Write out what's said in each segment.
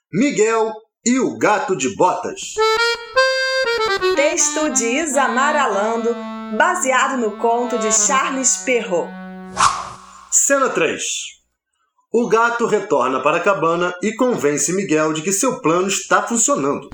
Miguel e o Gato de Botas. Texto de Isamar Alando, baseado no conto de Charles Perrault. Cena 3. O gato retorna para a cabana e convence Miguel de que seu plano está funcionando.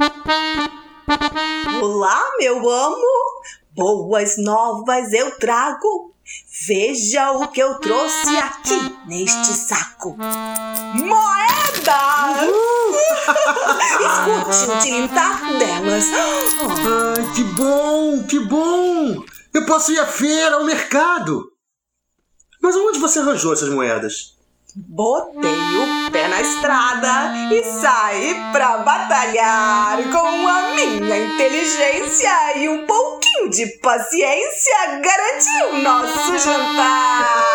Olá, meu amo! Boas novas eu trago! Veja o que eu trouxe aqui neste saco. Moedas! Escute o tilintar delas. Ai, que bom, que bom! Eu posso ir à feira, ao mercado. Mas onde você arranjou essas moedas? Botei o pé na estrada e saí pra batalhar. Com a minha inteligência e um pouquinho de paciência, garanti o nosso jantar.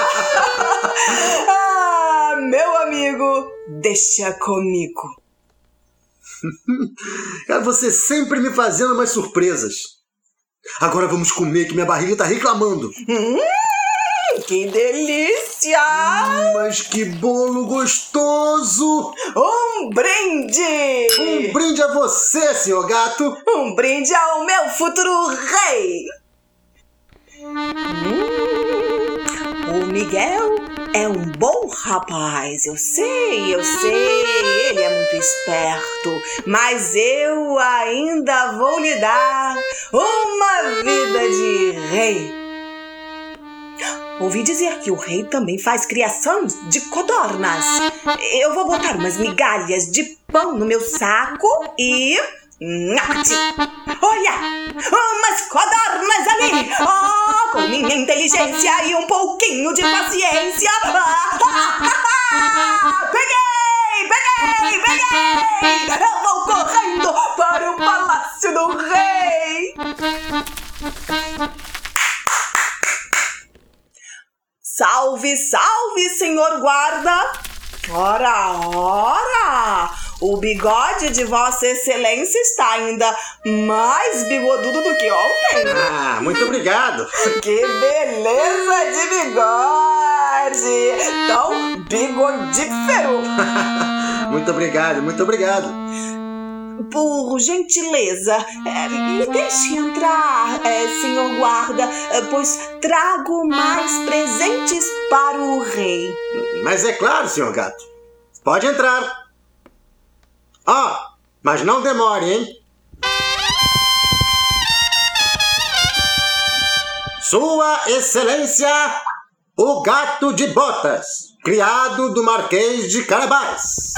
Ah, meu amigo, deixa comigo. Você sempre me fazendo umas surpresas. Agora vamos comer, que minha barriga tá reclamando. Que delícia! Mas que bolo gostoso! Um brinde! Um brinde a você, senhor gato! Um brinde ao meu futuro rei! O Miguel é um bom rapaz, eu sei, ele é muito esperto, mas eu ainda vou lhe dar uma vida de rei. Ouvi dizer que o rei também faz criação de codornas. Eu vou botar umas migalhas de pão no meu saco e... Olha! Umas codornas ali! Oh, com minha inteligência e um pouquinho de paciência! Peguei! Eu vou correndo para o palácio do rei! Salve, salve, senhor guarda! Ora! O bigode de Vossa Excelência está ainda mais bigodudo do que ontem. Ah, muito obrigado! Que beleza de bigode! Tão bigodífero! Muito obrigado! Por gentileza, me deixe entrar, senhor guarda, pois trago mais presentes para o rei. Mas é claro, senhor gato. Pode entrar. Mas não demore, hein? Sua Excelência, o Gato de Botas, criado do Marquês de Carabás.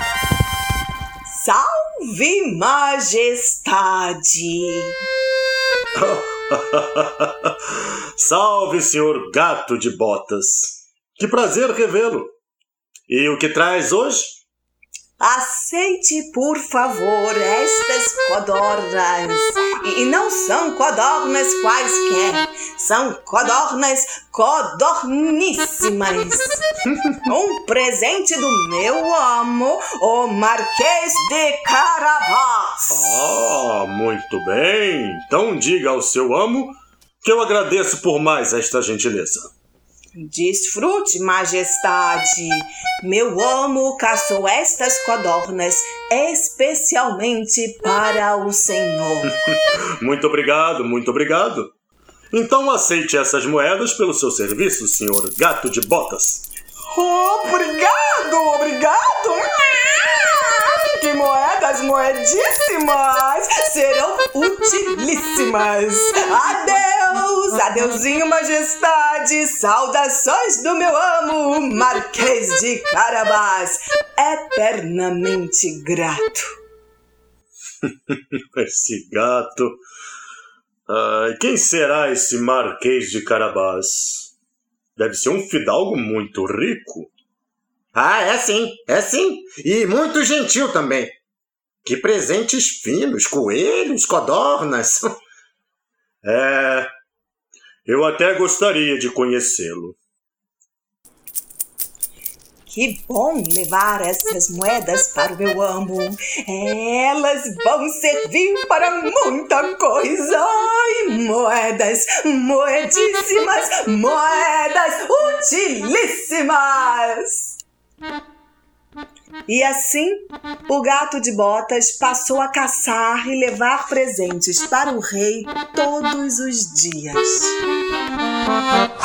Salve, majestade! Salve, senhor Gato de Botas. Que prazer revê-lo. E o que traz hoje? Aceite, por favor, estas codornas. E não são codornas quaisquer. São codornas codorníssimas. Um presente do meu amo, o Marquês de Carabás. Muito bem. Então diga ao seu amo que eu agradeço por mais esta gentileza. Desfrute, majestade. Meu amo caçou estas codornas especialmente para o senhor. Muito obrigado. Então aceite essas moedas pelo seu serviço, senhor Gato de Botas. Obrigado. Que moedíssimas. Serão utilíssimas. Adeusinho, majestade. Saudações do meu amo, Marquês de Carabás. Eternamente grato. Esse gato... quem será esse Marquês de Carabás? Deve ser um fidalgo muito rico. É sim. E muito gentil também. Que presentes finos, coelhos, codornas. Eu até gostaria de conhecê-lo. Que bom levar essas moedas para o meu amo. Elas vão servir para muita coisa. Ai, moedas, moedíssimas, moedas utilíssimas. E assim, o Gato de Botas passou a caçar e levar presentes para o rei todos os dias.